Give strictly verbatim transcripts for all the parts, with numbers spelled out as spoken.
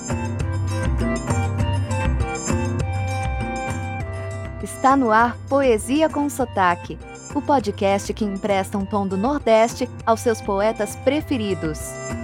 Está no ar Poesia com Sotaque, o podcast que empresta um tom do Nordeste aos seus poetas preferidos.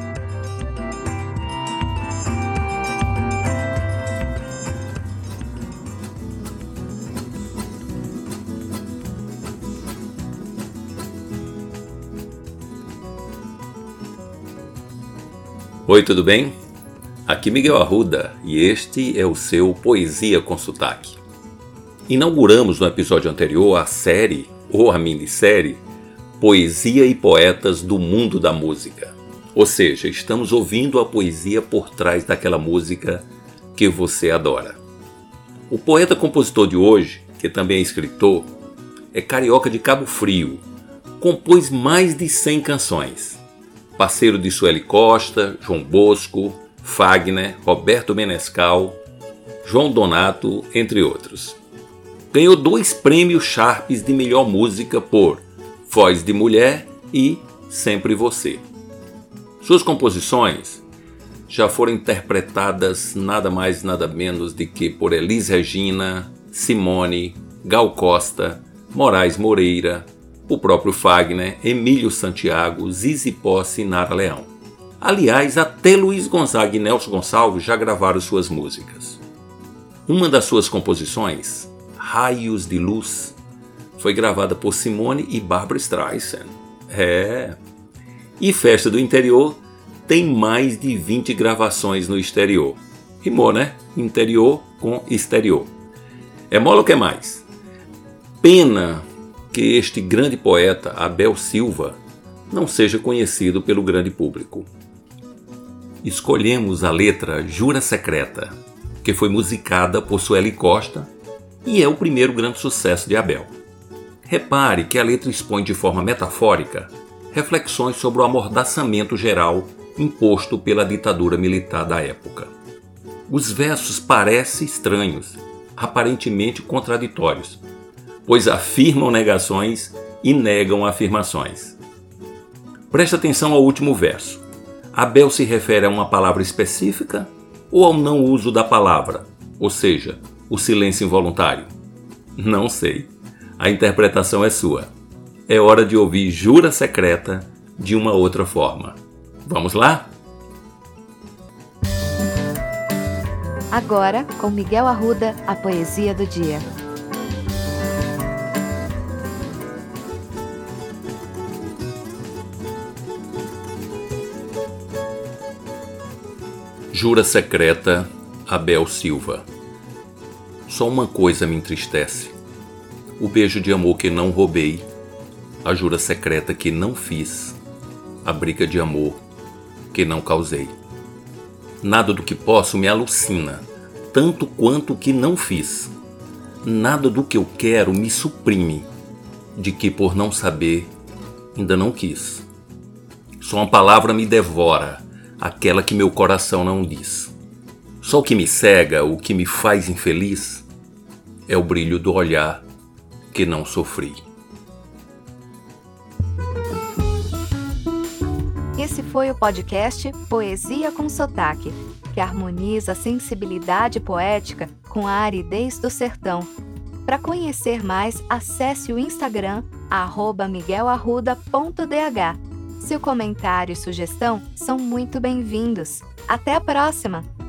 Oi, tudo bem? Aqui Miguel Arruda e este é o seu Poesia com Sotaque. Inauguramos no episódio anterior a série, ou a minissérie, Poesia e Poetas do Mundo da Música. Ou seja, estamos ouvindo a poesia por trás daquela música que você adora. O poeta-compositor de hoje, que também é escritor, é carioca de Cabo Frio. Compôs mais de cem canções. Parceiro de Sueli Costa, João Bosco, Fagner, Roberto Menescal, João Donato, entre outros. Ganhou dois prêmios Sharps de melhor música por Voz de Mulher e Sempre Você. Suas composições já foram interpretadas nada mais nada menos do que por Elis Regina, Simone, Gal Costa, Moraes Moreira, o próprio Fagner, Emílio Santiago, Zizi Posse e Nara Leão. Aliás, até Luiz Gonzaga e Nelson Gonçalves já gravaram suas músicas. Uma das suas composições, Raios de Luz, foi gravada por Simone e Barbra Streisand. É. E Festa do Interior tem mais de vinte gravações no exterior. Rimou, né? Interior com exterior. É mole ou que mais? Pena que este grande poeta, Abel Silva, não seja conhecido pelo grande público. Escolhemos a letra Jura Secreta, que foi musicada por Sueli Costa e é o primeiro grande sucesso de Abel. Repare que a letra expõe de forma metafórica reflexões sobre o amordaçamento geral imposto pela ditadura militar da época. Os versos parecem estranhos, aparentemente contraditórios, pois afirmam negações e negam afirmações. Preste atenção ao último verso. Abel se refere a uma palavra específica ou ao não uso da palavra, ou seja, o silêncio involuntário? Não sei. A interpretação é sua. É hora de ouvir Jura Secreta de uma outra forma. Vamos lá? Agora, com Miguel Arruda, a poesia do dia. Jura Secreta, Abel Silva. Só uma coisa me entristece: o beijo de amor que não roubei, a jura secreta que não fiz, a briga de amor que não causei. Nada do que posso me alucina, tanto quanto o que não fiz. Nada do que eu quero me suprime, de que por não saber ainda não quis. Só uma palavra me devora, aquela que meu coração não diz. Só o que me cega, o que me faz infeliz, é o brilho do olhar que não sofri. Esse foi o podcast Poesia com Sotaque, que harmoniza a sensibilidade poética com a aridez do sertão. Para conhecer mais, acesse o Instagram arroba miguel arruda ponto d h. Seu comentário e sugestão são muito bem-vindos. Até a próxima!